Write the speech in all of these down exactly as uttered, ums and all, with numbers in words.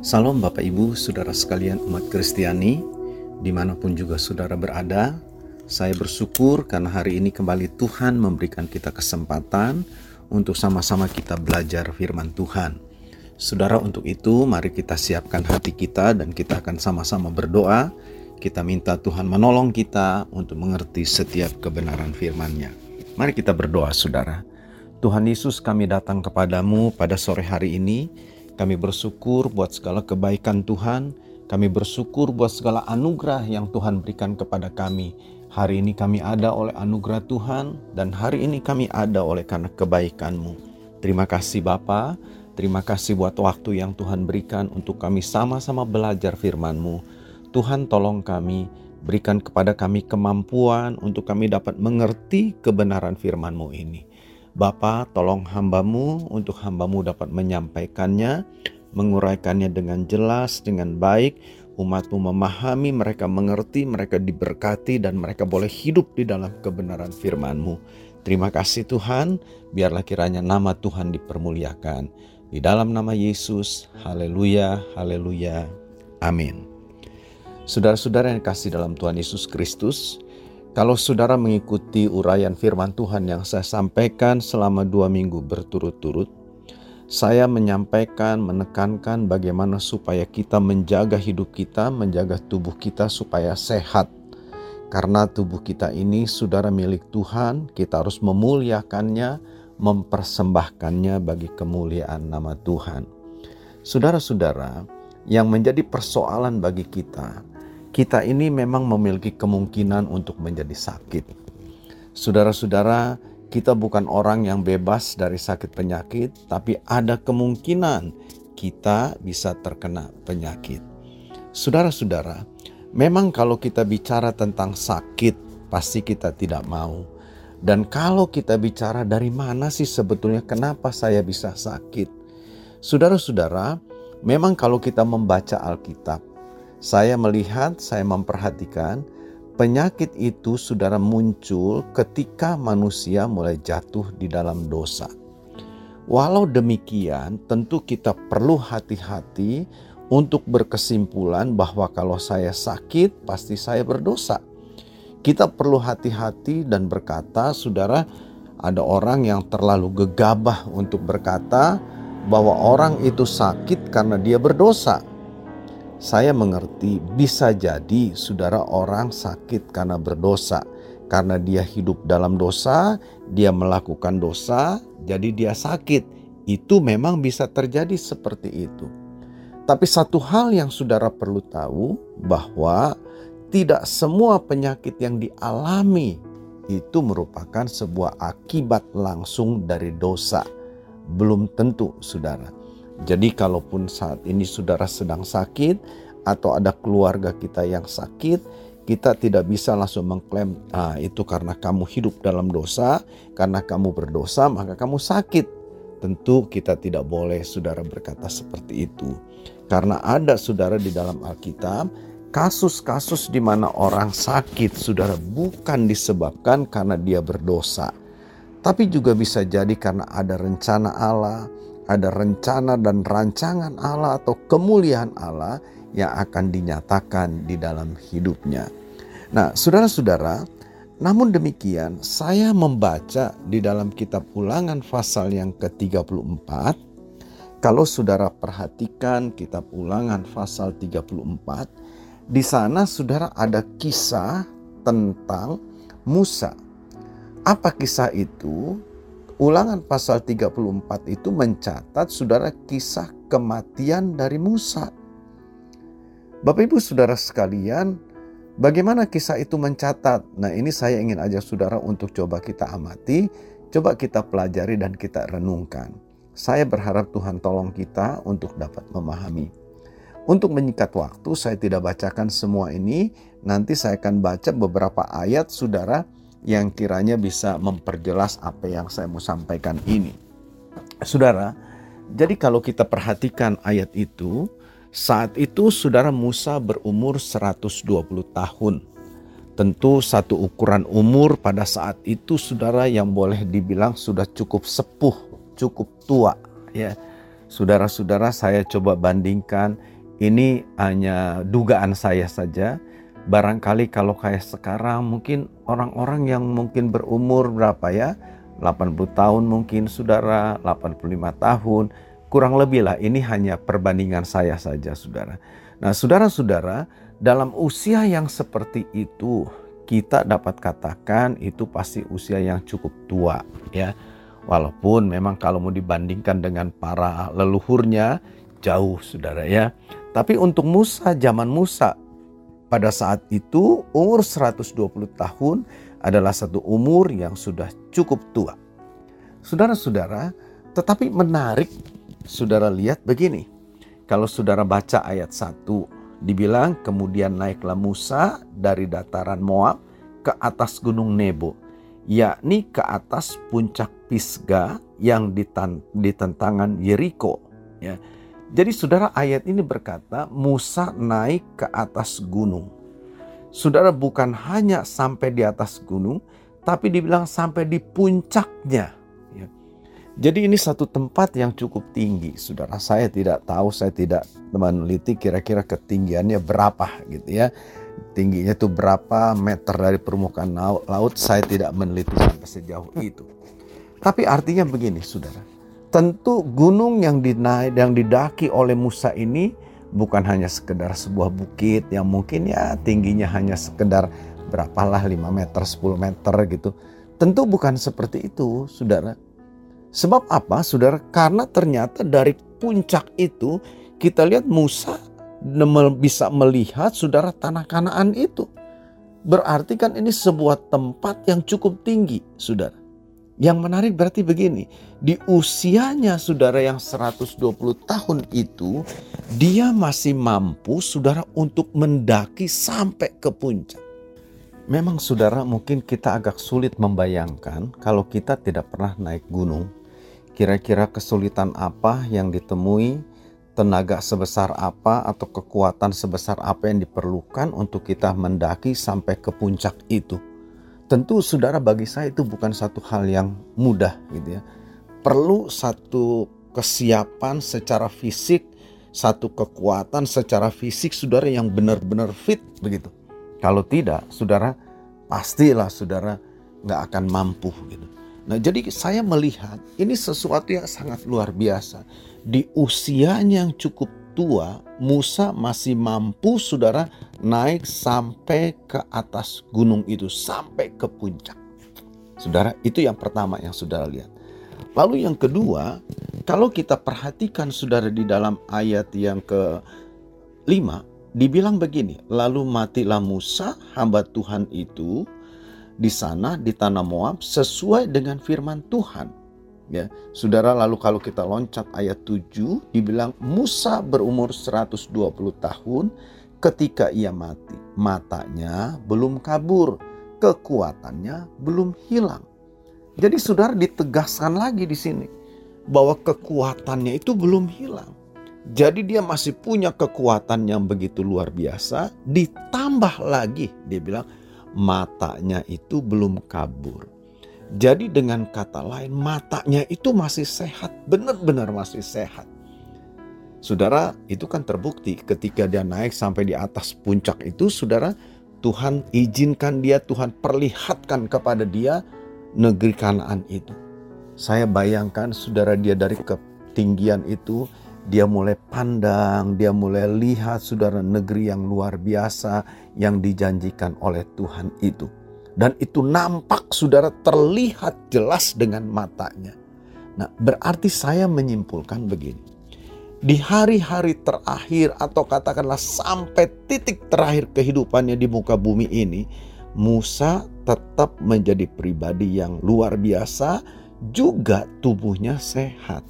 Salam Bapak Ibu, Saudara sekalian umat Kristiani, dimanapun juga saudara berada. Saya bersyukur karena hari ini kembali Tuhan memberikan kita kesempatan untuk sama-sama kita belajar firman Tuhan. Saudara, untuk itu mari kita siapkan hati kita dan kita akan sama-sama berdoa. Kita minta Tuhan menolong kita untuk mengerti setiap kebenaran firman-Nya. Mari kita berdoa, saudara. Tuhan Yesus, kami datang kepadamu pada sore hari ini. Kami bersyukur buat segala kebaikan Tuhan. Kami bersyukur buat segala anugerah yang Tuhan berikan kepada kami. Hari ini kami ada oleh anugerah Tuhan, dan hari ini kami ada oleh karena kebaikan-Mu. Terima kasih Bapa. Terima kasih buat waktu yang Tuhan berikan untuk kami sama-sama belajar firman-Mu. Tuhan, tolong kami, berikan kepada kami kemampuan untuk kami dapat mengerti kebenaran firman-Mu ini. Bapa, tolong hamba-Mu untuk hamba-Mu dapat menyampaikannya, menguraikannya dengan jelas, dengan baik. Umat-Mu memahami, mereka mengerti, mereka diberkati, dan mereka boleh hidup di dalam kebenaran firman-Mu. Terima kasih Tuhan, biarlah kiranya nama Tuhan dipermuliakan. Di dalam nama Yesus, haleluya, haleluya, amin. Saudara-saudara yang kasih dalam Tuhan Yesus Kristus, kalau saudara mengikuti uraian firman Tuhan yang saya sampaikan selama dua minggu berturut-turut, saya menyampaikan, menekankan bagaimana supaya kita menjaga hidup kita, menjaga tubuh kita supaya sehat. Karena tubuh kita ini saudara milik Tuhan, kita harus memuliakannya, mempersembahkannya bagi kemuliaan nama Tuhan. Saudara-saudara, yang menjadi persoalan bagi kita, kita ini memang memiliki kemungkinan untuk menjadi sakit. Saudara-saudara, kita bukan orang yang bebas dari sakit penyakit, tapi ada kemungkinan kita bisa terkena penyakit. Saudara-saudara, memang kalau kita bicara tentang sakit, pasti kita tidak mau. Dan kalau kita bicara dari mana sih sebetulnya kenapa saya bisa sakit? Saudara-saudara, memang kalau kita membaca Alkitab, saya melihat, saya memperhatikan penyakit itu saudara muncul ketika manusia mulai jatuh di dalam dosa. Walau demikian, tentu kita perlu hati-hati untuk berkesimpulan bahwa kalau saya sakit, pasti saya berdosa. Kita perlu hati-hati dan berkata, saudara, ada orang yang terlalu gegabah untuk berkata bahwa orang itu sakit karena dia berdosa. Saya mengerti bisa jadi saudara orang sakit karena berdosa. Karena dia hidup dalam dosa, dia melakukan dosa, jadi dia sakit. Itu memang bisa terjadi seperti itu. Tapi satu hal yang saudara perlu tahu bahwa tidak semua penyakit yang dialami itu merupakan sebuah akibat langsung dari dosa. Belum tentu saudara. Jadi kalaupun saat ini saudara sedang sakit atau ada keluarga kita yang sakit, kita tidak bisa langsung mengklaim, ah itu karena kamu hidup dalam dosa, karena kamu berdosa maka kamu sakit. Tentu kita tidak boleh saudara berkata seperti itu. Karena ada saudara di dalam Alkitab, kasus-kasus di mana orang sakit saudara bukan disebabkan karena dia berdosa. Tapi juga bisa jadi karena ada rencana Allah, ada rencana dan rancangan Allah atau kemuliaan Allah yang akan dinyatakan di dalam hidupnya. Nah, saudara-saudara, namun demikian saya membaca di dalam kitab Ulangan pasal yang ke tiga puluh empat. Kalau saudara perhatikan kitab Ulangan pasal tiga puluh empat, di sana saudara ada kisah tentang Musa. Apa kisah itu? Ulangan pasal tiga puluh empat itu mencatat saudara kisah kematian dari Musa. Bapak Ibu saudara sekalian, bagaimana kisah itu mencatat? Nah, ini saya ingin ajak saudara untuk coba kita amati, coba kita pelajari dan kita renungkan. Saya berharap Tuhan tolong kita untuk dapat memahami. Untuk menyingkat waktu, saya tidak bacakan semua ini. Nanti saya akan baca beberapa ayat saudara yang kiranya bisa memperjelas apa yang saya mau sampaikan ini. Saudara, jadi kalau kita perhatikan ayat itu, saat itu saudara Musa berumur seratus dua puluh tahun. Tentu satu ukuran umur pada saat itu saudara yang boleh dibilang sudah cukup sepuh, cukup tua. Ya, saudara-saudara, saya coba bandingkan ini hanya dugaan saya saja. Barangkali kalau kayak sekarang mungkin orang-orang yang mungkin berumur berapa ya, delapan puluh tahun mungkin saudara, delapan puluh lima tahun, kurang lebih lah, ini hanya perbandingan saya saja saudara. Nah saudara-saudara, dalam usia yang seperti itu kita dapat katakan itu pasti usia yang cukup tua ya. Walaupun memang kalau mau dibandingkan dengan para leluhurnya jauh saudara ya. Tapi untuk Musa, zaman Musa pada saat itu umur seratus dua puluh tahun adalah satu umur yang sudah cukup tua. Saudara-saudara, tetapi menarik saudara lihat begini. Kalau saudara baca ayat satu, dibilang kemudian naiklah Musa dari dataran Moab ke atas gunung Nebo, yakni ke atas puncak Pisga yang di tentangan Yeriko. Ya. Jadi saudara, ayat ini berkata Musa naik ke atas gunung. Saudara, bukan hanya sampai di atas gunung, tapi dibilang sampai di puncaknya. Ya. Jadi ini satu tempat yang cukup tinggi. Saudara, saya tidak tahu, saya tidak meneliti kira-kira ketinggiannya berapa gitu ya. Tingginya itu berapa meter dari permukaan laut, saya tidak meneliti sampai sejauh itu. Tapi artinya begini saudara, tentu gunung yang dinaik, yang didaki oleh Musa ini bukan hanya sekedar sebuah bukit yang mungkin ya tingginya hanya sekedar berapalah lima meter, sepuluh meter gitu. Tentu bukan seperti itu saudara. Sebab apa saudara? Karena ternyata dari puncak itu kita lihat Musa bisa melihat saudara tanah Kanaan itu. Berarti kan ini sebuah tempat yang cukup tinggi saudara. Yang menarik berarti begini, di usianya saudara yang seratus dua puluh tahun itu, dia masih mampu saudara untuk mendaki sampai ke puncak. Memang saudara mungkin kita agak sulit membayangkan kalau kita tidak pernah naik gunung. Kira-kira kesulitan apa yang ditemui, tenaga sebesar apa atau kekuatan sebesar apa yang diperlukan untuk kita mendaki sampai ke puncak itu. Tentu saudara, bagi saya itu bukan satu hal yang mudah gitu ya. Perlu satu kesiapan secara fisik, satu kekuatan secara fisik saudara yang benar-benar fit begitu. Kalau tidak saudara, pastilah saudara gak akan mampu gitu. Nah jadi saya melihat ini sesuatu yang sangat luar biasa. Di usianya yang cukup tua, Musa masih mampu saudara naik sampai ke atas gunung itu, sampai ke puncak. Saudara, itu yang pertama yang saudara lihat. Lalu yang kedua, kalau kita perhatikan saudara di dalam ayat yang ke lima, dibilang begini, lalu matilah Musa hamba Tuhan itu di sana di tanah Moab sesuai dengan firman Tuhan. Ya, saudara, lalu kalau kita loncat ayat tujuh, dibilang Musa berumur seratus dua puluh tahun ketika ia mati. Matanya belum kabur, kekuatannya belum hilang. Jadi saudara, ditegaskan lagi di sini bahwa kekuatannya itu belum hilang. Jadi dia masih punya kekuatan yang begitu luar biasa, ditambah lagi dia bilang matanya itu belum kabur. Jadi dengan kata lain, matanya itu masih sehat, benar-benar masih sehat. Saudara, itu kan terbukti ketika dia naik sampai di atas puncak itu, saudara, Tuhan izinkan dia, Tuhan perlihatkan kepada dia negeri Kanaan itu. Saya bayangkan saudara, dia dari ketinggian itu, dia mulai pandang, dia mulai lihat saudara negeri yang luar biasa yang dijanjikan oleh Tuhan itu. Dan itu nampak saudara, terlihat jelas dengan matanya. Nah, berarti saya menyimpulkan begini. Di hari-hari terakhir atau katakanlah sampai titik terakhir kehidupannya di muka bumi ini, Musa tetap menjadi pribadi yang luar biasa, juga tubuhnya sehat.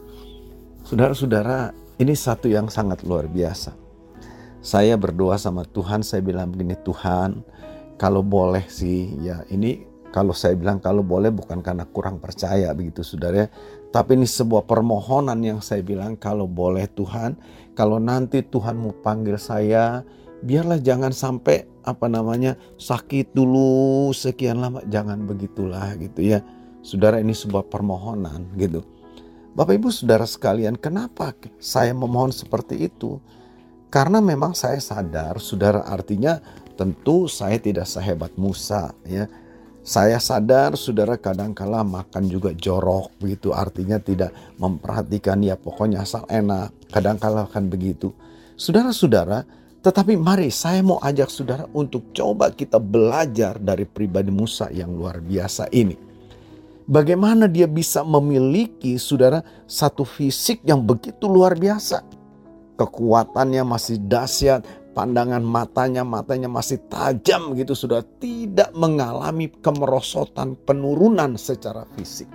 Saudara-saudara, ini satu yang sangat luar biasa. Saya berdoa sama Tuhan, saya bilang begini, Tuhan, kalau boleh sih, ya ini kalau saya bilang kalau boleh bukan karena kurang percaya begitu saudara, tapi ini sebuah permohonan yang saya bilang kalau boleh Tuhan, kalau nanti Tuhan mau panggil saya, biarlah jangan sampai apa namanya sakit dulu sekian lama, jangan begitulah gitu ya. Saudara, ini sebuah permohonan gitu. Bapak Ibu Saudara sekalian, kenapa saya memohon seperti itu? Karena memang saya sadar, saudara, artinya tentu saya tidak sehebat Musa ya. Saya sadar saudara kadangkala makan juga jorok begitu, artinya tidak memperhatikan ya pokoknya asal enak. Kadangkala kan begitu. Saudara-saudara, tetapi mari saya mau ajak saudara untuk coba kita belajar dari pribadi Musa yang luar biasa ini. Bagaimana dia bisa memiliki saudara satu fisik yang begitu luar biasa. Kekuatannya masih dahsyat, pandangan matanya, matanya masih tajam gitu, sudah tidak mengalami kemerosotan, penurunan secara fisik.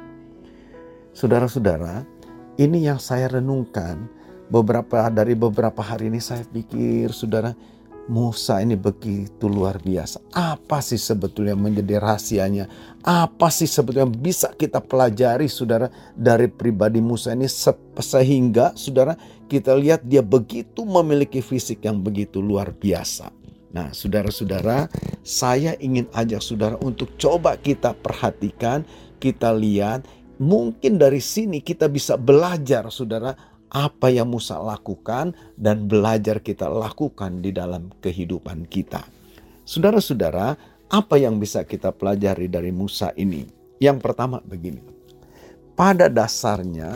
Saudara-saudara, ini yang saya renungkan beberapa dari beberapa hari ini. Saya pikir saudara, Musa ini begitu luar biasa. Apa sih sebetulnya menjadi rahasianya? Apa sih sebetulnya bisa kita pelajari saudara dari pribadi Musa ini sehingga saudara kita lihat dia begitu memiliki fisik yang begitu luar biasa. Nah, saudara-saudara, saya ingin ajak saudara untuk coba kita perhatikan, kita lihat, mungkin dari sini kita bisa belajar saudara apa yang Musa lakukan dan belajar kita lakukan di dalam kehidupan kita. Saudara-saudara, apa yang bisa kita pelajari dari Musa ini? Yang pertama begini. Pada dasarnya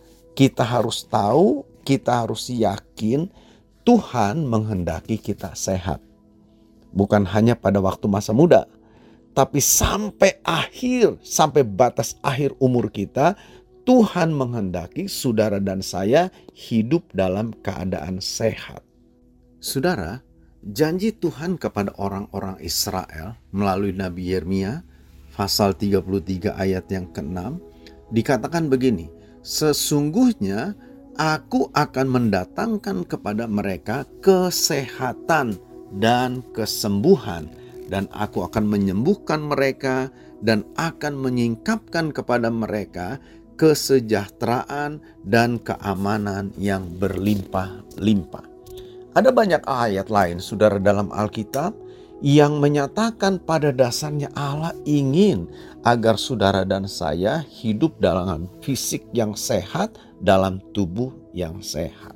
kita harus tahu, kita harus yakin Tuhan menghendaki kita sehat. Bukan hanya pada waktu masa muda, tapi sampai akhir, sampai batas akhir umur kita, Tuhan menghendaki saudara dan saya hidup dalam keadaan sehat. Saudara, janji Tuhan kepada orang-orang Israel melalui Nabi Yeremia pasal tiga puluh tiga ayat yang keenam dikatakan begini, sesungguhnya aku akan mendatangkan kepada mereka kesehatan dan kesembuhan, dan aku akan menyembuhkan mereka dan akan menyingkapkan kepada mereka kesejahteraan dan keamanan yang berlimpah-limpah. Ada banyak ayat lain saudara dalam Alkitab yang menyatakan pada dasarnya Allah ingin agar saudara dan saya hidup dalam fisik yang sehat, dalam tubuh yang sehat.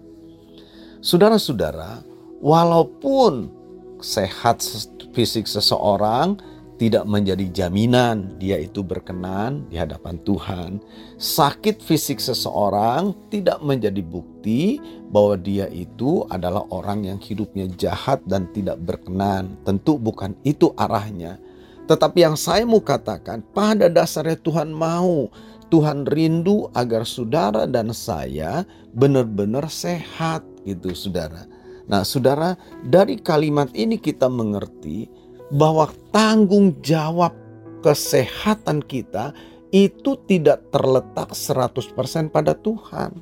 Saudara-saudara, walaupun sehat fisik seseorang tidak menjadi jaminan dia itu berkenan di hadapan Tuhan. Sakit fisik seseorang tidak menjadi bukti bahwa dia itu adalah orang yang hidupnya jahat dan tidak berkenan. Tentu bukan itu arahnya. Tetapi yang saya mau katakan, pada dasarnya Tuhan mau, Tuhan rindu agar saudara dan saya benar-benar sehat gitu saudara. Nah saudara, dari kalimat ini kita mengerti bahwa tanggung jawab kesehatan kita itu tidak terletak seratus persen pada Tuhan.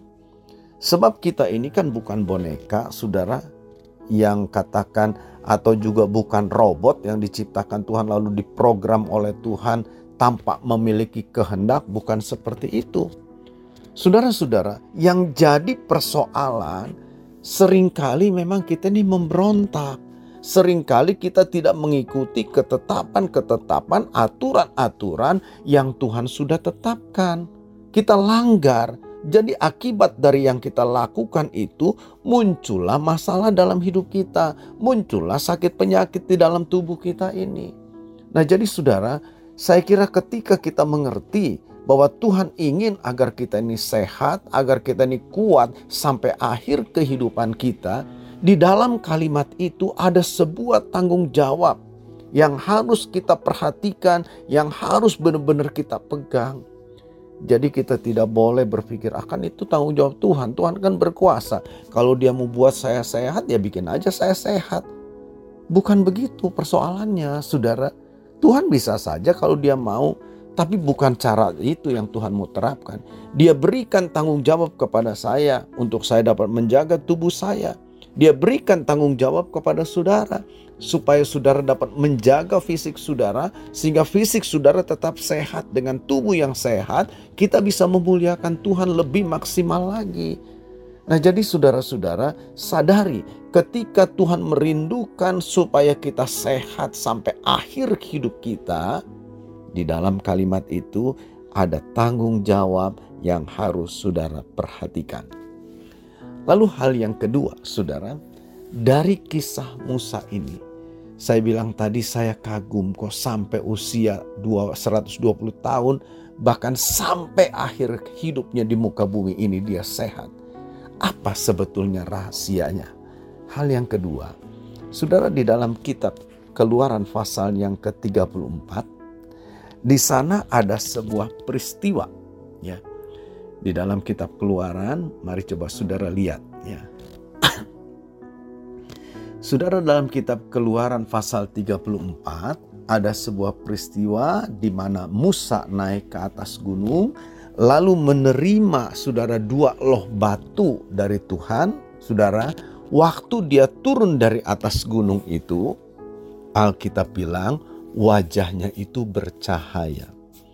Sebab kita ini kan bukan boneka, saudara, yang katakan atau juga bukan robot yang diciptakan Tuhan lalu diprogram oleh Tuhan tanpa memiliki kehendak, bukan seperti itu. Saudara-saudara, yang jadi persoalan seringkali memang kita ini memberontak. Seringkali kita tidak mengikuti ketetapan-ketetapan, aturan-aturan yang Tuhan sudah tetapkan. Kita langgar. Jadi akibat dari yang kita lakukan itu muncullah masalah dalam hidup kita. Muncullah sakit penyakit di dalam tubuh kita ini. Nah jadi saudara, saya kira ketika kita mengerti bahwa Tuhan ingin agar kita ini sehat, agar kita ini kuat sampai akhir kehidupan kita, di dalam kalimat itu ada sebuah tanggung jawab yang harus kita perhatikan, yang harus benar-benar kita pegang. Jadi kita tidak boleh berpikir akan itu tanggung jawab Tuhan. Tuhan kan berkuasa. Kalau dia mau buat saya sehat, ya bikin aja saya sehat. Bukan begitu persoalannya, saudara. Tuhan bisa saja kalau dia mau, tapi bukan cara itu yang Tuhan mau terapkan. Dia berikan tanggung jawab kepada saya untuk saya dapat menjaga tubuh saya. Dia berikan tanggung jawab kepada saudara supaya saudara dapat menjaga fisik saudara sehingga fisik saudara tetap sehat. Dengan tubuh yang sehat kita bisa memuliakan Tuhan lebih maksimal lagi. Nah jadi saudara-saudara sadari ketika Tuhan merindukan supaya kita sehat sampai akhir hidup kita, di dalam kalimat itu ada tanggung jawab yang harus saudara perhatikan. Lalu hal yang kedua, saudara, Dari kisah Musa ini, saya bilang tadi saya kagum kok sampai usia seratus dua puluh tahun, bahkan sampai akhir hidupnya di muka bumi ini dia sehat. Apa sebetulnya rahasianya? Hal yang kedua, saudara, di dalam kitab Keluaran pasal yang ke tiga puluh empat, di sana ada sebuah peristiwa, ya. Di dalam kitab Keluaran, mari coba saudara lihat, ya. Saudara, dalam kitab Keluaran pasal tiga puluh empat ada sebuah peristiwa di mana Musa naik ke atas gunung lalu menerima saudara dua loh batu dari Tuhan. Saudara, waktu dia turun dari atas gunung itu, Alkitab bilang wajahnya itu bercahaya.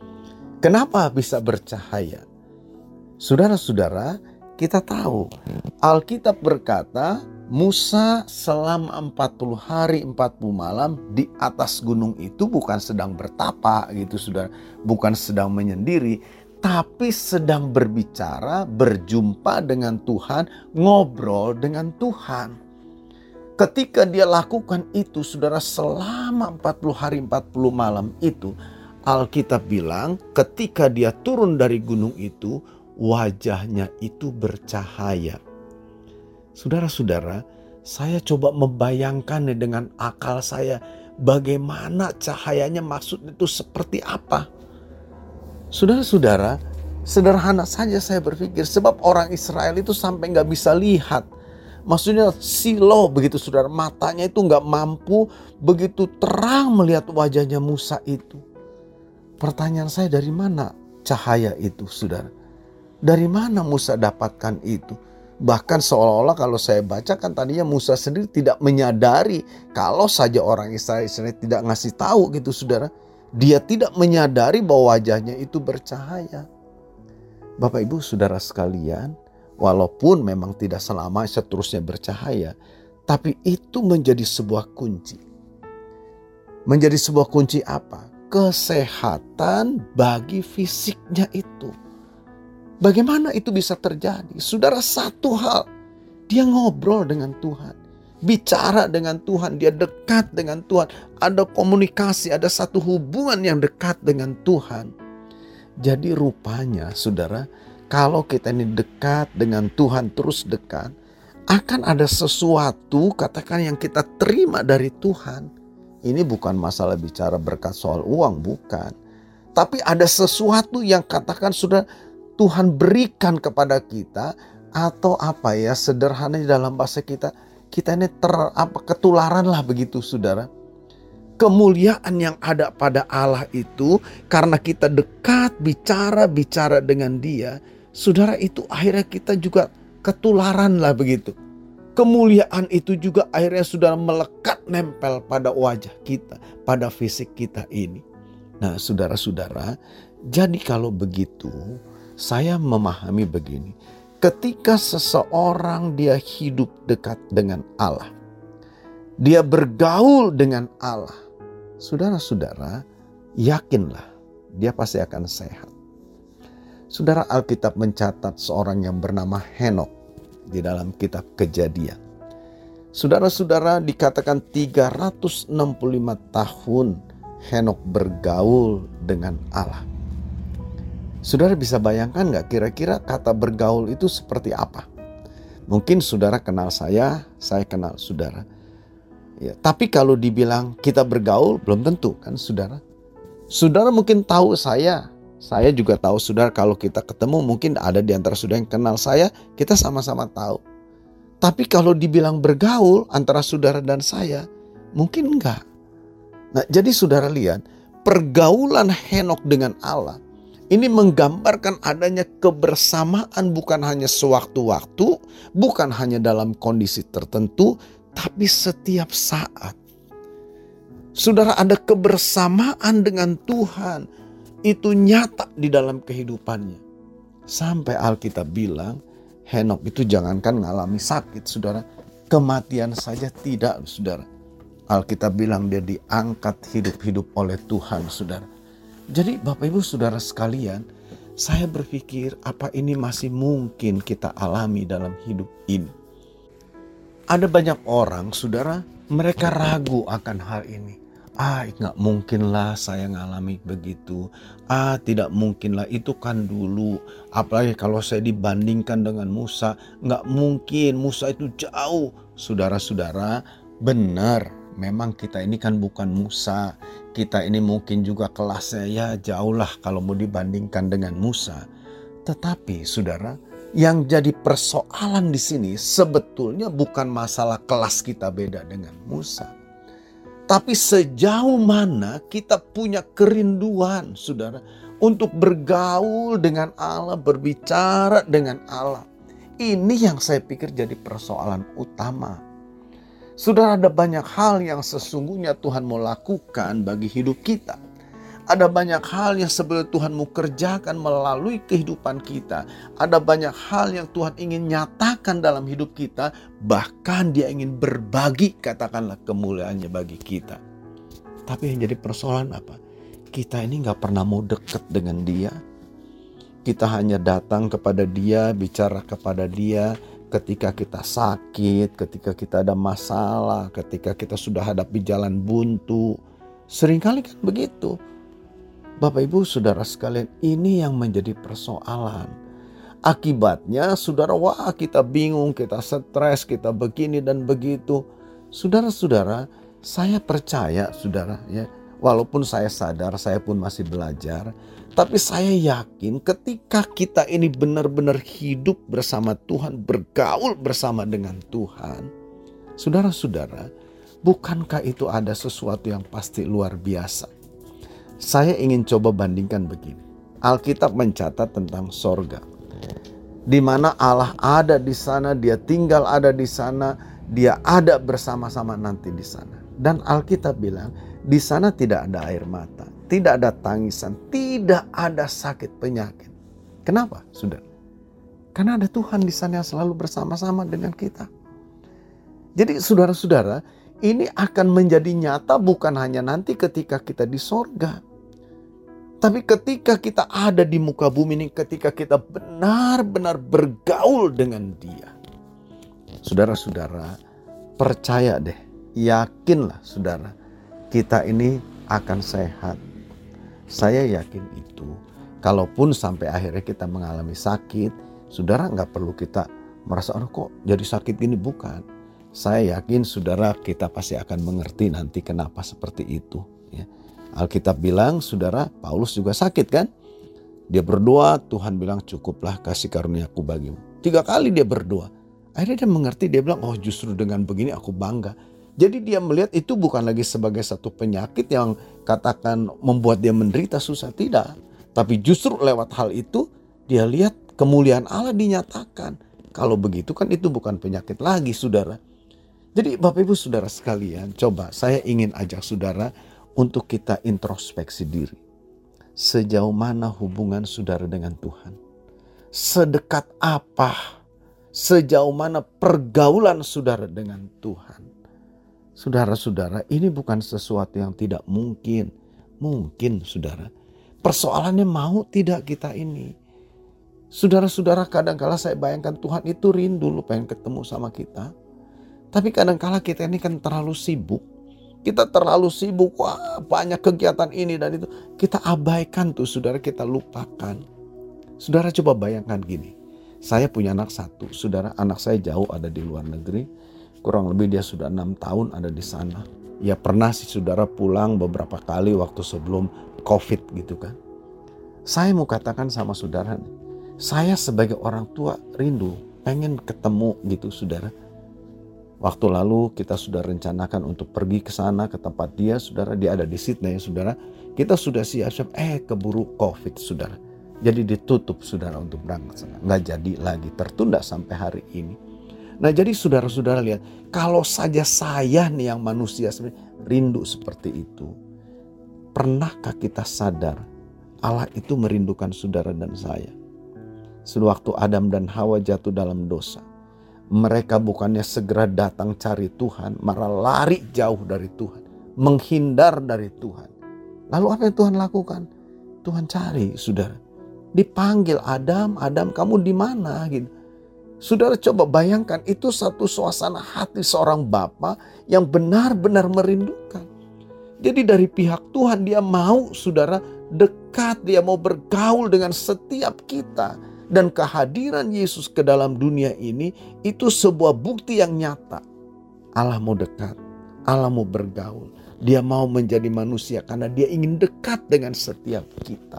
Kenapa bisa bercahaya? Saudara-saudara, kita tahu Alkitab berkata Musa selama empat puluh hari empat puluh malam di atas gunung itu bukan sedang bertapa gitu saudara, bukan sedang menyendiri, tapi sedang berbicara, berjumpa dengan Tuhan, ngobrol dengan Tuhan. Ketika dia lakukan itu saudara selama empat puluh hari empat puluh malam itu, Alkitab bilang ketika dia turun dari gunung itu wajahnya itu bercahaya. Saudara-saudara, saya coba membayangkan dengan akal saya bagaimana cahayanya, maksud itu seperti apa. Saudara-saudara, sederhana saja saya berpikir, sebab orang Israel itu sampai gak bisa lihat. Maksudnya silau begitu saudara, matanya itu gak mampu begitu terang melihat wajahnya Musa itu. Pertanyaan saya, dari mana cahaya itu saudara? Dari mana Musa dapatkan itu? Bahkan seolah-olah kalau saya baca kan tadinya Musa sendiri tidak menyadari, kalau saja orang Israel, Israel tidak ngasih tahu gitu saudara. Dia tidak menyadari bahwa wajahnya itu bercahaya. Bapak Ibu saudara sekalian, walaupun memang tidak selama seterusnya bercahaya, tapi itu menjadi sebuah kunci. Menjadi sebuah kunci apa? Kesehatan bagi fisiknya itu. Bagaimana itu bisa terjadi? Saudara, satu hal, dia ngobrol dengan Tuhan, bicara dengan Tuhan, dia dekat dengan Tuhan, ada komunikasi, ada satu hubungan yang dekat dengan Tuhan. Jadi rupanya saudara, kalau kita ini dekat dengan Tuhan, terus dekat, akan ada sesuatu katakan yang kita terima dari Tuhan. Ini bukan masalah bicara berkat soal uang, bukan. Tapi ada sesuatu yang katakan sudah Tuhan berikan kepada kita, atau apa ya, sederhana dalam bahasa kita, kita ini ter, apa, ketularan lah begitu saudara. Kemuliaan yang ada pada Allah itu karena kita dekat bicara-bicara dengan dia, saudara, itu akhirnya kita juga ketularan lah begitu. Kemuliaan itu juga akhirnya sudah melekat nempel pada wajah kita, pada fisik kita ini. Nah saudara-saudara, jadi kalau begitu saya memahami begini, ketika seseorang dia hidup dekat dengan Allah, dia bergaul dengan Allah, saudara-saudara, yakinlah dia pasti akan sehat. Saudara, Alkitab mencatat seorang yang bernama Henokh di dalam kitab Kejadian. Saudara-saudara, dikatakan tiga ratus enam puluh lima tahun Henokh bergaul dengan Allah. Saudara bisa bayangkan gak kira-kira kata bergaul itu seperti apa? Mungkin saudara kenal saya, saya kenal saudara. Ya, tapi kalau dibilang kita bergaul belum tentu kan saudara. Saudara mungkin tahu saya, saya juga tahu saudara. Kalau kita ketemu mungkin ada di antara saudara yang kenal saya, kita sama-sama tahu. Tapi kalau dibilang bergaul antara saudara dan saya, mungkin enggak. Nah jadi saudara lihat, pergaulan Henokh dengan Allah ini menggambarkan adanya kebersamaan bukan hanya sewaktu-waktu, bukan hanya dalam kondisi tertentu, tapi setiap saat. Saudara, ada kebersamaan dengan Tuhan, itu nyata di dalam kehidupannya. Sampai Alkitab bilang, Henokh itu jangankan ngalami sakit, saudara, kematian saja tidak, saudara. Alkitab bilang dia diangkat hidup-hidup oleh Tuhan, saudara. Jadi Bapak Ibu saudara sekalian, saya berpikir apa ini masih mungkin kita alami dalam hidup ini. Ada banyak orang, saudara, mereka ragu akan hal ini. Ah, nggak mungkinlah saya ngalami begitu. Ah, tidak mungkinlah, itu kan dulu. Apalagi kalau saya dibandingkan dengan Musa, nggak mungkin, Musa itu jauh. Saudara-saudara, benar, memang kita ini kan bukan Musa. Kita ini mungkin juga kelasnya ya jauh lah kalau mau dibandingkan dengan Musa. Tetapi saudara, yang jadi persoalan di sini sebetulnya bukan masalah kelas kita beda dengan Musa. Tapi sejauh mana kita punya kerinduan, saudara, untuk bergaul dengan Allah, berbicara dengan Allah. Ini yang saya pikir jadi persoalan utama. Saudara, ada banyak hal yang sesungguhnya Tuhan mau lakukan bagi hidup kita. Ada banyak hal yang sebenarnya Tuhan mau kerjakan melalui kehidupan kita. Ada banyak hal yang Tuhan ingin nyatakan dalam hidup kita. Bahkan Dia ingin berbagi, katakanlah, kemuliaannya bagi kita. Tapi yang jadi persoalan apa? Kita ini gak pernah mau dekat dengan Dia. Kita hanya datang kepada Dia, bicara kepada Dia ketika kita sakit, ketika kita ada masalah, ketika kita sudah hadapi jalan buntu. Seringkali kan begitu. Bapak Ibu Saudara sekalian, ini yang menjadi persoalan. Akibatnya saudara, wah kita bingung, kita stres, kita begini dan begitu. Saudara-saudara, saya percaya saudara ya, walaupun saya sadar saya pun masih belajar, tapi saya yakin ketika kita ini benar-benar hidup bersama Tuhan, bergaul bersama dengan Tuhan, saudara-saudara, bukankah itu ada sesuatu yang pasti luar biasa? Saya ingin coba bandingkan begini. Alkitab mencatat tentang sorga, di mana Allah ada di sana, Dia tinggal ada di sana, Dia ada bersama-sama nanti di sana. Dan Alkitab bilang, di sana tidak ada air mata, tidak ada tangisan, tidak ada sakit penyakit. Kenapa, saudara? Karena ada Tuhan di sana yang selalu bersama-sama dengan kita. Jadi saudara-saudara, ini akan menjadi nyata bukan hanya nanti ketika kita di sorga. Tapi ketika kita ada di muka bumi ini, ketika kita benar-benar bergaul dengan Dia. Saudara-saudara, percaya deh, yakinlah saudara, kita ini akan sehat. Saya yakin itu. Kalaupun sampai akhirnya kita mengalami sakit, saudara nggak perlu kita merasa, oh kok jadi sakit gini, bukan. Saya yakin saudara, kita pasti akan mengerti nanti kenapa seperti itu. Ya. Alkitab bilang, saudara, Paulus juga sakit kan? Dia berdoa, Tuhan bilang cukuplah kasih karuniaku bagimu. Tiga kali dia berdoa. Akhirnya dia mengerti, dia bilang, oh justru dengan begini aku bangga. Jadi dia melihat itu bukan lagi sebagai satu penyakit yang katakan membuat dia menderita susah. Tidak. Tapi justru lewat hal itu, dia lihat kemuliaan Allah dinyatakan. Kalau begitu kan itu bukan penyakit lagi, saudara. Jadi Bapak Ibu Saudara sekalian, coba saya ingin ajak saudara untuk kita introspeksi diri. Sejauh mana hubungan saudara dengan Tuhan? Sedekat apa? Sejauh mana pergaulan saudara dengan Tuhan? Saudara-saudara, ini bukan sesuatu yang tidak mungkin. Mungkin, saudara. Persoalannya mau tidak kita ini. Saudara-saudara, kadang-kala saya bayangkan Tuhan itu rindu lu pengen ketemu sama kita. Tapi kadang-kala kita ini kan terlalu sibuk. Kita terlalu sibuk, wah banyak kegiatan ini dan itu. Kita abaikan tuh saudara, kita lupakan. Saudara coba bayangkan gini. Saya punya anak satu, saudara, anak saya jauh ada di luar negeri. Kurang lebih dia sudah enam tahun ada di sana. Ya pernah sih saudara pulang beberapa kali waktu sebelum COVID gitu kan. Saya mau katakan sama saudara nih. Saya sebagai orang tua rindu, pengen ketemu gitu saudara. Waktu lalu kita sudah rencanakan untuk pergi ke sana, ke tempat dia, saudara. Dia ada di Sydney, saudara. Kita sudah siap-siap, eh keburu COVID, saudara. Jadi ditutup, saudara, untuk berangkat sana. Nggak jadi lagi, tertunda sampai hari ini. Nah jadi saudara-saudara lihat, kalau saja saya nih yang manusia sebenarnya rindu seperti itu. Pernahkah kita sadar Allah itu merindukan saudara dan saya? Sewaktu Adam dan Hawa jatuh dalam dosa, mereka bukannya segera datang cari Tuhan, malah lari jauh dari Tuhan, menghindar dari Tuhan. Lalu apa yang Tuhan lakukan? Tuhan cari, saudara. Dipanggil, Adam, Adam kamu di mana? Gitu. Saudara coba bayangkan, itu satu suasana hati seorang bapa yang benar-benar merindukan. Jadi dari pihak Tuhan dia mau saudara dekat, dia mau bergaul dengan setiap kita. Dan kehadiran Yesus ke dalam dunia ini itu sebuah bukti yang nyata. Allah mau dekat, Allah mau bergaul. Dia mau menjadi manusia karena dia ingin dekat dengan setiap kita.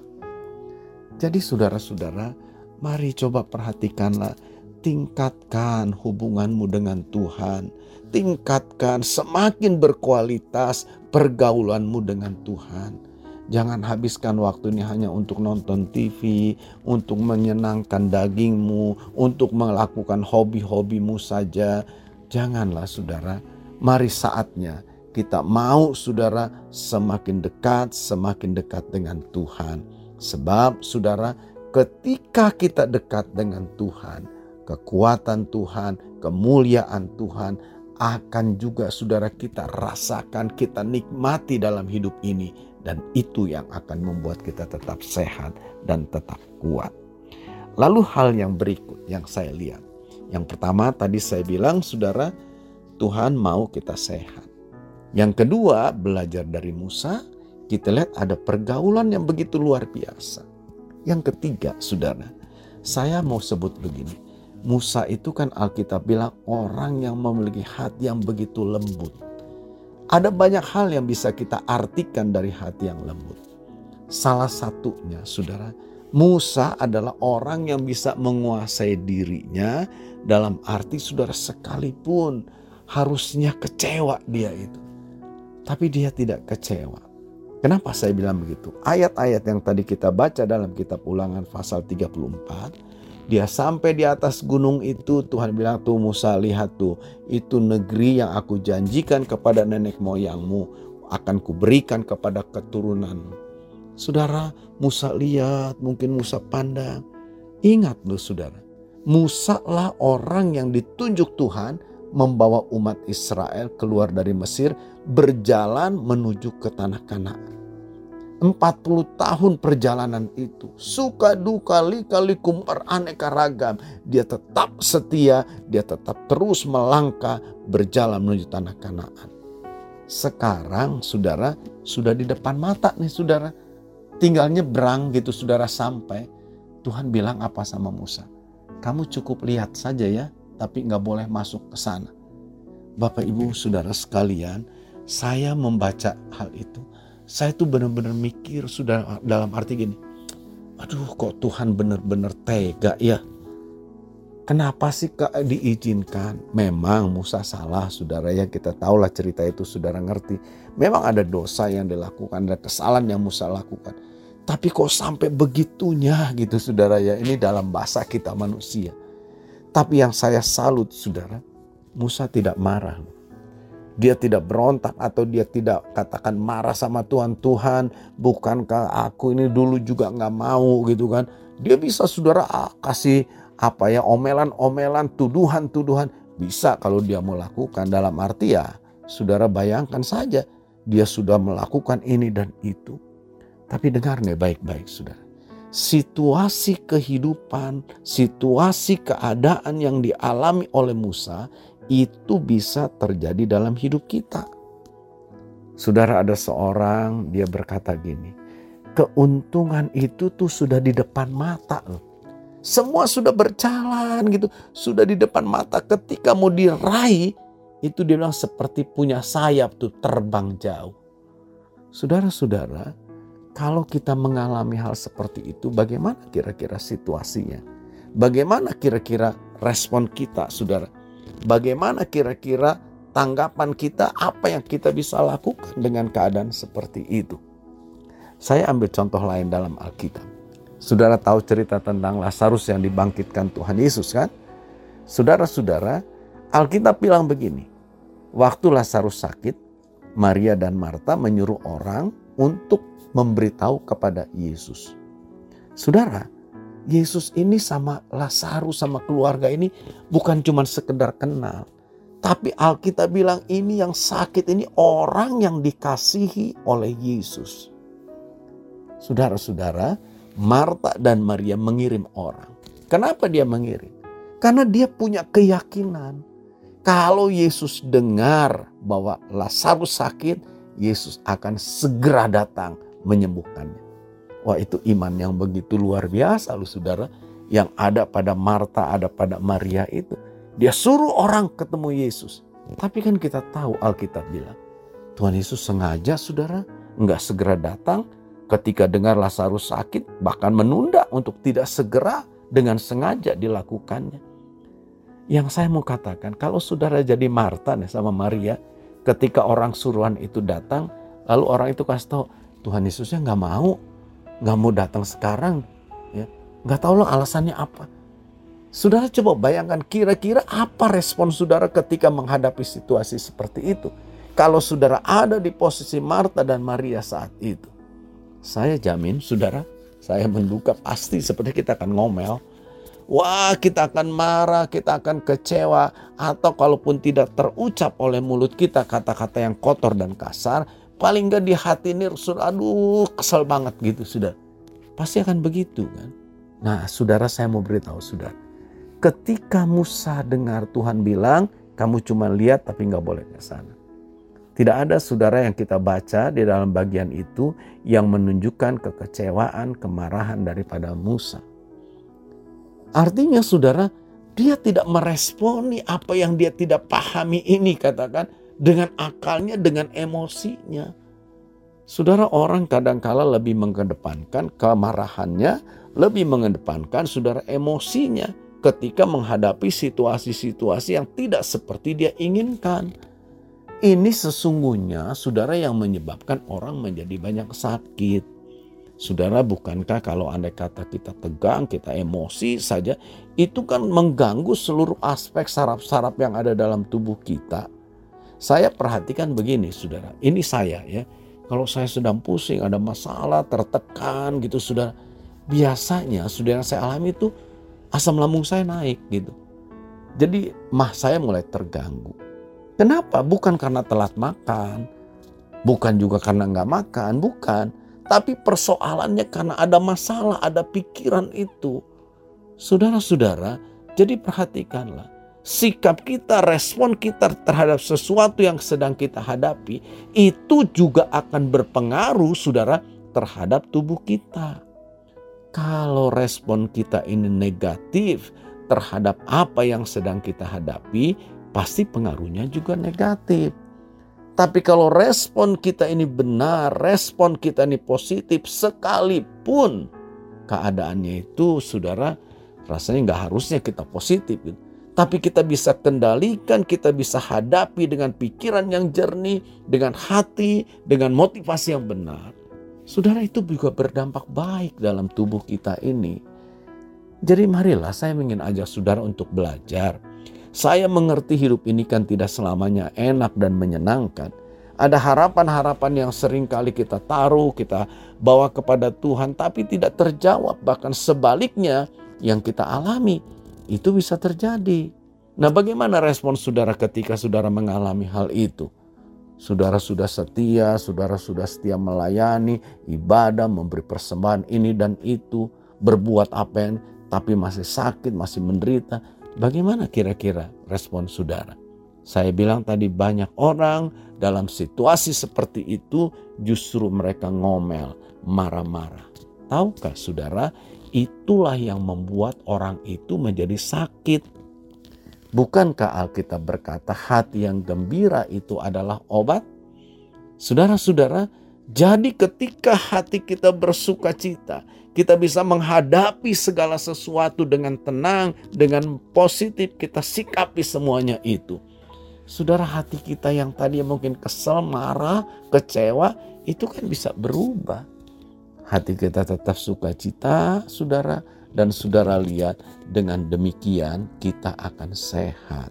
Jadi saudara-saudara, mari coba perhatikanlah, tingkatkan hubunganmu dengan Tuhan. Tingkatkan, semakin berkualitas pergaulanmu dengan Tuhan. Jangan habiskan waktu ini hanya untuk nonton T V, untuk menyenangkan dagingmu, untuk melakukan hobi-hobimu saja. Janganlah saudara, mari saatnya kita mau saudara semakin dekat, semakin dekat dengan Tuhan. Sebab saudara, ketika kita dekat dengan Tuhan, kekuatan Tuhan, kemuliaan Tuhan akan juga saudara kita rasakan, kita nikmati dalam hidup ini. Dan itu yang akan membuat kita tetap sehat dan tetap kuat. Lalu hal yang berikut yang saya lihat. Yang pertama tadi saya bilang saudara, Tuhan mau kita sehat. Yang kedua, belajar dari Musa, kita lihat ada pergaulan yang begitu luar biasa. Yang ketiga saudara, saya mau sebut begini. Musa itu kan Alkitab bilang orang yang memiliki hati yang begitu lembut. Ada banyak hal yang bisa kita artikan dari hati yang lembut. Salah satunya saudara, Musa adalah orang yang bisa menguasai dirinya, dalam arti saudara sekalipun harusnya kecewa dia itu. Tapi dia tidak kecewa. Kenapa saya bilang begitu? Ayat-ayat yang tadi kita baca dalam kitab Ulangan pasal tiga puluh empat, dia sampai di atas gunung itu, Tuhan bilang, tuh Musa lihat tuh, itu negeri yang aku janjikan kepada nenek moyangmu, akan kuberikan kepada keturunanmu. Saudara, Musa lihat, mungkin Musa pandang. Ingat loh saudara, Musa lah orang yang ditunjuk Tuhan membawa umat Israel keluar dari Mesir, berjalan menuju ke tanah Kanaan. empat puluh tahun perjalanan itu, suka duka lika-liku beraneka ragam, dia tetap setia, dia tetap terus melangkah berjalan menuju tanah Kanaan. Sekarang saudara sudah di depan mata nih saudara, tinggal nyebrang gitu saudara sampai. Tuhan bilang apa sama Musa? Kamu cukup lihat saja ya, tapi gak boleh masuk ke sana. Bapak Ibu saudara sekalian, saya membaca hal itu, saya tuh benar-benar mikir sudah dalam arti gini, aduh kok Tuhan benar-benar tega ya. Kenapa sih Kak diizinkan? Memang Musa salah saudara ya, kita tahulah cerita itu saudara ngerti. Memang ada dosa yang dilakukan, ada kesalahan yang Musa lakukan. Tapi kok sampai begitunya gitu saudara ya, ini dalam bahasa kita manusia. Tapi yang saya salut saudara, Musa tidak marah. Dia tidak berontak atau dia tidak katakan marah sama Tuhan. Tuhan, bukankah aku ini dulu juga gak mau gitu kan. Dia bisa saudara kasih apa ya, omelan-omelan, tuduhan-tuduhan. Bisa kalau dia mau lakukan, dalam arti ya saudara bayangkan saja. Dia sudah melakukan ini dan itu. Tapi dengar nih baik-baik saudara. Situasi kehidupan, situasi keadaan yang dialami oleh Musa itu bisa terjadi dalam hidup kita. Saudara, ada seorang dia berkata gini, keuntungan itu tuh sudah di depan mata loh. Semua sudah berjalan gitu, sudah di depan mata. Ketika mau diraih, itu dia bilang seperti punya sayap tuh terbang jauh. Saudara-saudara, kalau kita mengalami hal seperti itu, bagaimana kira-kira situasinya? Bagaimana kira-kira respon kita saudara? Bagaimana kira-kira tanggapan kita, apa yang kita bisa lakukan dengan keadaan seperti itu? Saya ambil contoh lain dalam Alkitab. Saudara tahu cerita tentang Lazarus yang dibangkitkan Tuhan Yesus kan? Saudara-saudara, Alkitab bilang begini. Waktu Lazarus sakit, Maria dan Marta menyuruh orang untuk memberitahu kepada Yesus. Saudara, Yesus ini sama Lazarus sama keluarga ini bukan cuma sekedar kenal. Tapi Alkitab bilang ini yang sakit ini orang yang dikasihi oleh Yesus. Saudara-saudara, Marta dan Maria mengirim orang. Kenapa dia mengirim? Karena dia punya keyakinan. Kalau Yesus dengar bahwa Lazarus sakit, Yesus akan segera datang menyembuhkannya. Wah, itu iman yang begitu luar biasa loh saudara. Yang ada pada Marta, ada pada Maria itu. Dia suruh orang ketemu Yesus. Tapi kan kita tahu Alkitab bilang, Tuhan Yesus sengaja saudara enggak segera datang ketika dengar Lazarus sakit. Bahkan menunda untuk tidak segera dengan sengaja dilakukannya. Yang saya mau katakan, kalau saudara jadi Marta nih sama Maria, ketika orang suruhan itu datang, lalu orang itu kasih tahu, Tuhan Yesusnya nggak mau, nggak mau datang sekarang, ya, nggak tahu loh alasannya apa. Saudara coba bayangkan kira-kira apa respon saudara ketika menghadapi situasi seperti itu. Kalau saudara ada di posisi Marta dan Maria saat itu, saya jamin saudara, saya menduga pasti seperti kita akan ngomel. Wah, kita akan marah, kita akan kecewa. Atau kalaupun tidak terucap oleh mulut kita kata-kata yang kotor dan kasar, paling gak di hati ini, aduh kesel banget gitu sudah. Pasti akan begitu kan. Nah saudara, saya mau beritahu saudara. Ketika Musa dengar Tuhan bilang, kamu cuma lihat tapi gak boleh ke sana. Tidak ada saudara yang kita baca di dalam bagian itu yang menunjukkan kekecewaan, kemarahan daripada Musa. Artinya saudara, dia tidak meresponi apa yang dia tidak pahami ini, katakan, dengan akalnya, dengan emosinya. Saudara, orang kadangkala lebih mengedepankan kemarahannya, lebih mengedepankan saudara emosinya ketika menghadapi situasi-situasi yang tidak seperti dia inginkan. Ini sesungguhnya saudara yang menyebabkan orang menjadi banyak sakit. Saudara, bukankah kalau andai kata kita tegang, kita emosi saja, itu kan mengganggu seluruh aspek saraf-saraf yang ada dalam tubuh kita. Saya perhatikan begini saudara, ini saya ya. Kalau saya sedang pusing, ada masalah, tertekan gitu saudara. Biasanya saudara yang saya alami itu asam lambung saya naik gitu. Jadi mah saya mulai terganggu. Kenapa? Bukan karena telat makan. Bukan juga karena nggak makan, bukan. Tapi persoalannya karena ada masalah, ada pikiran itu. Saudara-saudara, jadi perhatikanlah. Sikap kita, respon kita terhadap sesuatu yang sedang kita hadapi, itu juga akan berpengaruh saudara terhadap tubuh kita. Kalau respon kita ini negatif terhadap apa yang sedang kita hadapi, pasti pengaruhnya juga negatif. Tapi kalau respon kita ini benar, respon kita ini positif, sekalipun keadaannya itu saudara rasanya nggak harusnya kita positif gitu. Tapi kita bisa kendalikan, kita bisa hadapi dengan pikiran yang jernih, dengan hati, dengan motivasi yang benar. Saudara, itu juga berdampak baik dalam tubuh kita ini. Jadi marilah saya ingin ajak saudara untuk belajar. Saya mengerti hidup ini kan tidak selamanya enak dan menyenangkan. Ada harapan-harapan yang sering kali kita taruh, kita bawa kepada Tuhan, tapi tidak terjawab. Bahkan sebaliknya yang kita alami, itu bisa terjadi. Nah, bagaimana respon saudara ketika saudara mengalami hal itu? Saudara sudah setia, saudara sudah setia melayani, ibadah, memberi persembahan ini dan itu, berbuat apa yang, tapi masih sakit, masih menderita. Bagaimana kira-kira respon saudara? Saya bilang tadi banyak orang dalam situasi seperti itu justru mereka ngomel, marah-marah. Tahukah saudara, itulah yang membuat orang itu menjadi sakit. Bukankah Alkitab berkata hati yang gembira itu adalah obat? Saudara-saudara, jadi ketika hati kita bersuka cita, kita bisa menghadapi segala sesuatu dengan tenang, dengan positif, kita sikapi semuanya itu. Saudara, hati kita yang tadi mungkin kesel, marah, kecewa, itu kan bisa berubah. Hati kita tetap sukacita, saudara, dan saudara lihat dengan demikian kita akan sehat.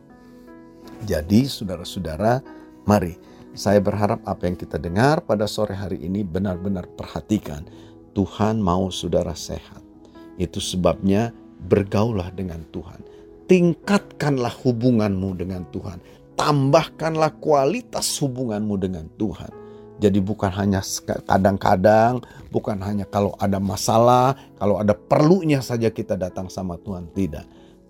Jadi saudara-saudara, mari saya berharap apa yang kita dengar pada sore hari ini benar-benar perhatikan. Tuhan mau saudara sehat. Itu sebabnya bergaulah dengan Tuhan. Tingkatkanlah hubunganmu dengan Tuhan. Tambahkanlah kualitas hubunganmu dengan Tuhan. Jadi bukan hanya kadang-kadang, bukan hanya kalau ada masalah, kalau ada perlunya saja kita datang sama Tuhan. Tidak.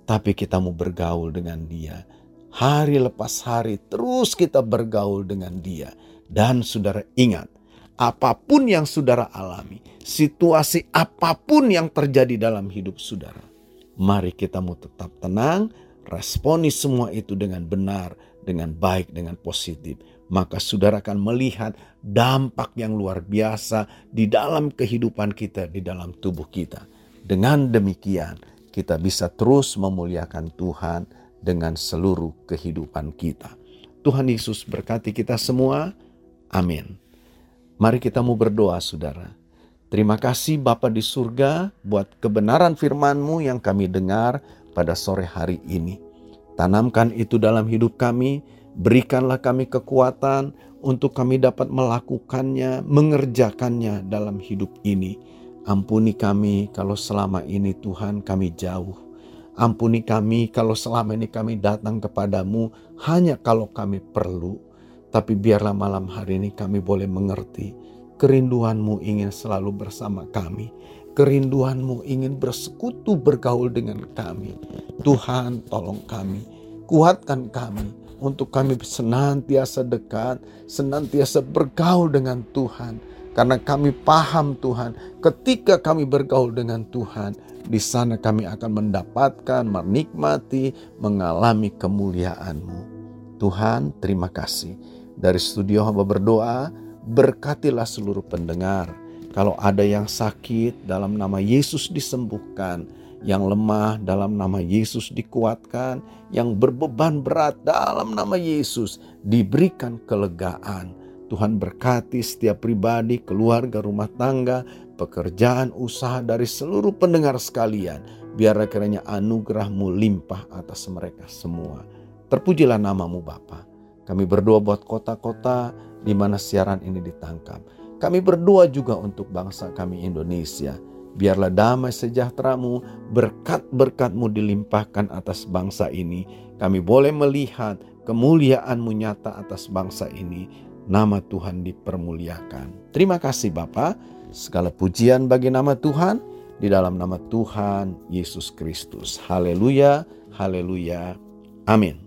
tapi kita mau bergaul dengan Dia. Hari lepas hari terus kita bergaul dengan Dia. Dan saudara ingat, apapun yang saudara alami, situasi apapun yang terjadi dalam hidup saudara, mari kita mau tetap tenang, responi semua itu dengan benar, dengan baik, dengan positif. Maka saudara akan melihat dampak yang luar biasa di dalam kehidupan kita, di dalam tubuh kita. Dengan demikian, kita bisa terus memuliakan Tuhan dengan seluruh kehidupan kita. Tuhan Yesus berkati kita semua. Amin. Mari kita mau berdoa, saudara. Terima kasih Bapa di surga buat kebenaran firman-Mu yang kami dengar pada sore hari ini. Tanamkan itu dalam hidup kami, berikanlah kami kekuatan untuk kami dapat melakukannya, mengerjakannya dalam hidup ini. Ampuni kami kalau selama ini Tuhan kami jauh. Ampuni kami kalau selama ini kami datang kepadamu hanya kalau kami perlu. Tapi biarlah malam hari ini kami boleh mengerti kerinduan-Mu ingin selalu bersama kami. Kerinduan-Mu ingin bersekutu bergaul dengan kami. Tuhan tolong kami, kuatkan kami untuk kami senantiasa dekat, senantiasa bergaul dengan Tuhan. Karena kami paham Tuhan, ketika kami bergaul dengan Tuhan, di sana kami akan mendapatkan, menikmati, mengalami kemuliaan-Mu. Tuhan, terima kasih. Dari studio hamba berdoa, berkatilah seluruh pendengar. Kalau ada yang sakit, dalam nama Yesus disembuhkan. Yang lemah, dalam nama Yesus dikuatkan. Yang berbeban berat, dalam nama Yesus diberikan kelegaan. Tuhan berkati setiap pribadi, keluarga, rumah tangga, pekerjaan, usaha dari seluruh pendengar sekalian. Biar kiranya anugerah-Mu limpah atas mereka semua. Terpujilah nama-Mu Bapa. Kami berdoa buat kota-kota di mana siaran ini ditangkap. Kami berdoa juga untuk bangsa kami Indonesia. Biarlah damai sejahtera-Mu, berkat-berkat-Mu dilimpahkan atas bangsa ini. Kami boleh melihat kemuliaan-Mu nyata atas bangsa ini. Nama Tuhan dipermuliakan. Terima kasih Bapa. Segala pujian bagi nama Tuhan. Di dalam nama Tuhan Yesus Kristus. Haleluya, haleluya, amin.